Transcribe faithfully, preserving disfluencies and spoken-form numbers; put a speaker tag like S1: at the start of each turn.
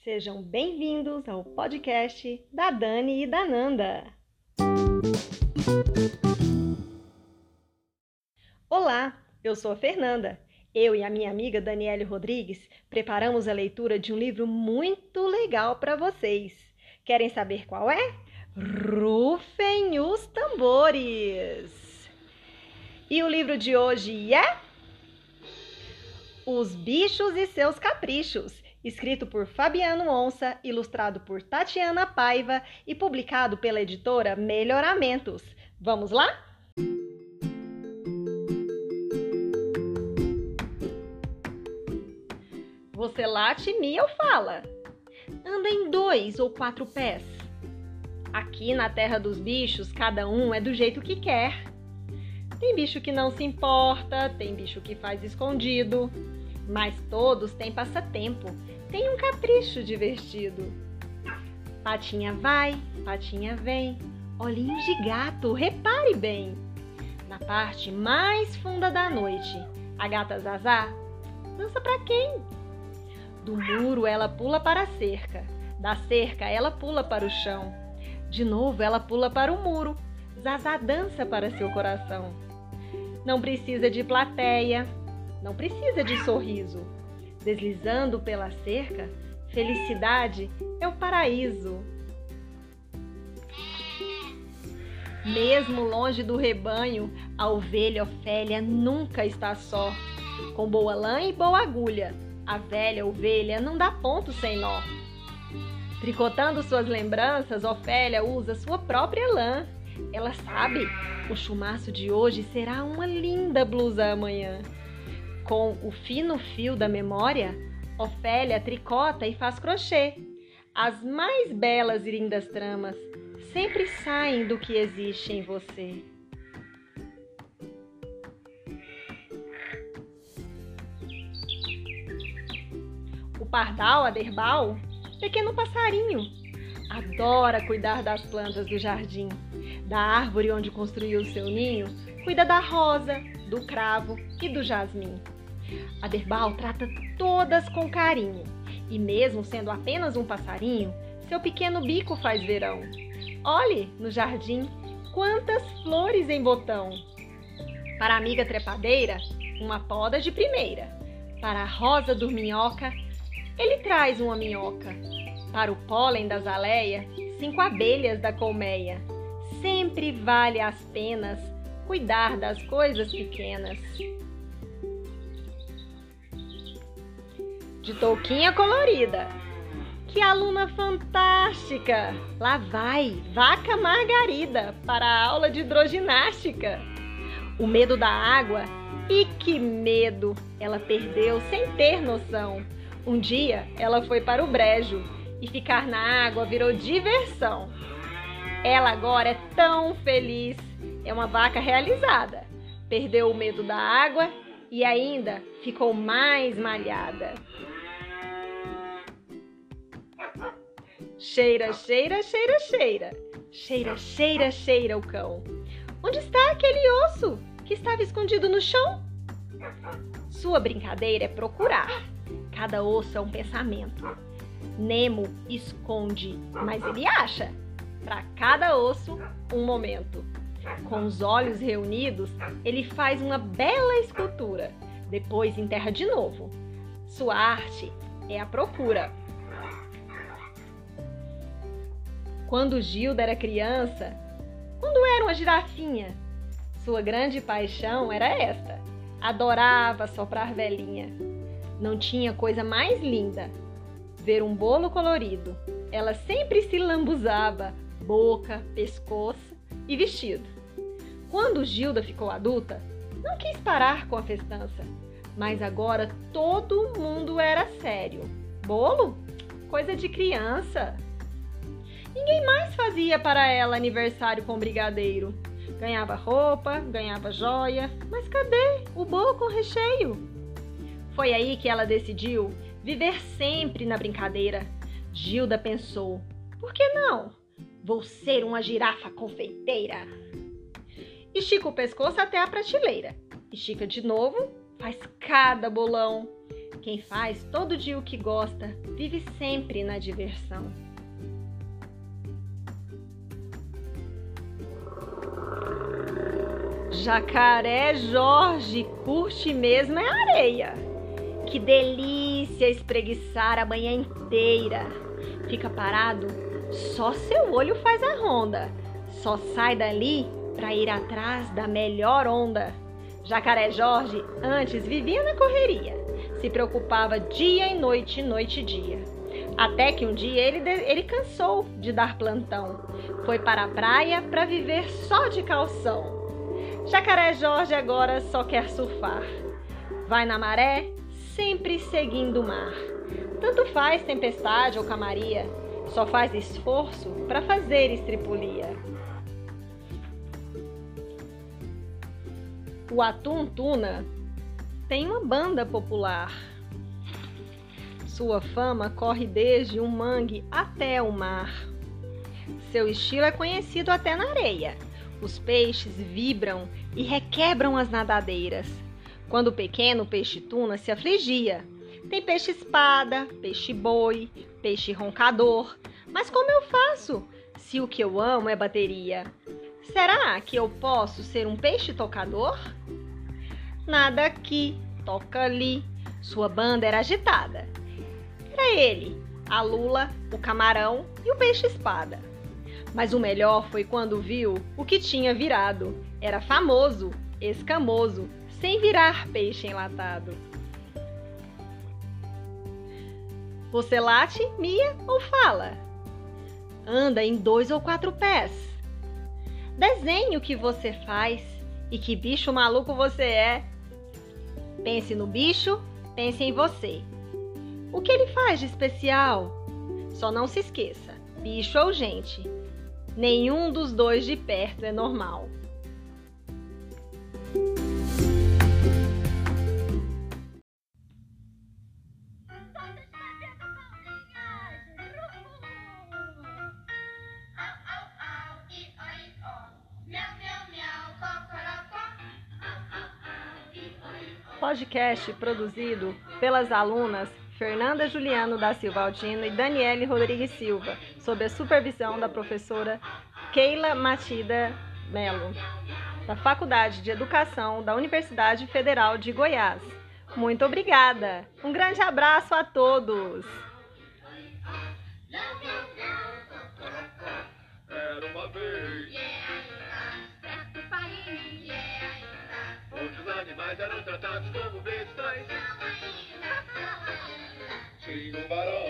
S1: Sejam bem-vindos ao podcast da Dani e da Nanda. Olá, eu sou a Fernanda. Eu e a minha amiga Daniele Rodrigues preparamos a leitura de um livro muito legal para vocês. Querem saber qual é? Rufem os tambores! E o livro de hoje é Os Bichos e Seus Caprichos, escrito por Fabiano Onça, ilustrado por Tatiana Paiva e publicado pela editora Melhoramentos. Vamos lá? Você late, mia ou fala? Anda em dois ou quatro pés. Aqui na terra dos bichos, cada um é do jeito que quer. Tem bicho que não se importa, tem bicho que faz escondido, mas todos têm passatempo, tem um capricho divertido. Patinha vai, patinha vem, olhinhos de gato, repare bem. Na parte mais funda da noite, a gata Zazá dança pra quem? Do muro ela pula para a cerca, da cerca ela pula para o chão. De novo ela pula para o muro, Zazá dança para seu coração. Não precisa de plateia, não precisa de sorriso. Deslizando pela cerca, felicidade é o paraíso. Mesmo longe do rebanho, a ovelha Ofélia nunca está só. Com boa lã e boa agulha, a velha ovelha não dá ponto sem nó. Tricotando suas lembranças, Ofélia usa sua própria lã. Ela sabe, o chumaço de hoje será uma linda blusa amanhã. Com o fino fio da memória, Ofélia tricota e faz crochê. As mais belas e lindas tramas sempre saem do que existe em você. O pardal Aderbal, pequeno passarinho, adora cuidar das plantas do jardim. Da árvore onde construiu seu ninho, cuida da rosa, do cravo e do jasmim. Aderbal trata todas com carinho, e mesmo sendo apenas um passarinho, seu pequeno bico faz verão. Olhe no jardim quantas flores em botão. Para a amiga trepadeira, uma poda de primeira. Para a rosa dorminhoca, ele traz uma minhoca. Para o pólen da azaleia, cinco abelhas da colmeia. Sempre vale as penas cuidar das coisas pequenas. De touquinha colorida, que aluna fantástica! Lá vai, vaca Margarida, para a aula de hidroginástica. O medo da água, e que medo! Ela perdeu sem ter noção. Um dia ela foi para o brejo e ficar na água virou diversão. Ela agora é tão feliz, é uma vaca realizada. Perdeu o medo da água e ainda ficou mais malhada. Cheira, cheira, cheira, cheira. Cheira, cheira, cheira o cão. Onde está aquele osso que estava escondido no chão? Sua brincadeira é procurar. Cada osso é um pensamento. Nemo esconde, mas ele acha. Para cada osso, um momento. Com os olhos reunidos, ele faz uma bela escultura. Depois enterra de novo. Sua arte é a procura. Quando Gilda era criança, quando era uma girafinha, sua grande paixão era esta. Adorava soprar velinha. Não tinha coisa mais linda. Ver um bolo colorido. Ela sempre se lambuzava, boca, pescoço e vestido. Quando Gilda ficou adulta, não quis parar com a festança, mas agora todo mundo era sério. Bolo? Coisa de criança. Ninguém mais fazia para ela aniversário com brigadeiro. Ganhava roupa, ganhava joia, mas cadê o bolo com recheio? Foi aí que ela decidiu viver sempre na brincadeira. Gilda pensou, por que não? Vou ser uma girafa confeiteira. Estica o pescoço até a prateleira. Estica de novo, faz cada bolão. Quem faz todo dia o que gosta, vive sempre na diversão. Jacaré Jorge curte mesmo é areia. Que delícia espreguiçar a manhã inteira. Fica parado, só seu olho faz a ronda. Só sai dali pra ir atrás da melhor onda. Jacaré Jorge antes vivia na correria. Se preocupava dia e noite, noite e dia. Até que um dia ele, ele cansou de dar plantão. Foi para a praia para viver só de calção. Jacaré Jorge agora só quer surfar. Vai na maré, sempre seguindo o mar. Tanto faz tempestade ou calmaria, só faz esforço para fazer estripulia. O atum tuna tem uma banda popular. Sua fama corre desde um mangue até o mar. Seu estilo é conhecido até na areia. Os peixes vibram e requebram as nadadeiras. Quando pequeno, o peixe tuna se afligia. Tem peixe espada, peixe boi, peixe roncador. Mas como eu faço, se o que eu amo é bateria? Será que eu posso ser um peixe tocador? Nada aqui, toca ali. Sua banda era agitada. Era ele, a lula, o camarão e o peixe espada. Mas o melhor foi quando viu o que tinha virado. Era famoso, escamoso, sem virar peixe enlatado. Você late, mia ou fala? Anda em dois ou quatro pés? Desenhe o que você faz e que bicho maluco você é. Pense no bicho, pense em você. O que ele faz de especial? Só não se esqueça, bicho ou gente, nenhum dos dois de perto é normal. Podcast produzido pelas alunas Fernanda Juliano da Silva Altino e Daniele Rodrigues Silva, sob a supervisão da professora Keila Matida Melo, da Faculdade de Educação da Universidade Federal de Goiás. Muito obrigada! Um grande abraço a todos!
S2: Era uma vez. Onde os animais eram tratados como bestas. Tinha um varão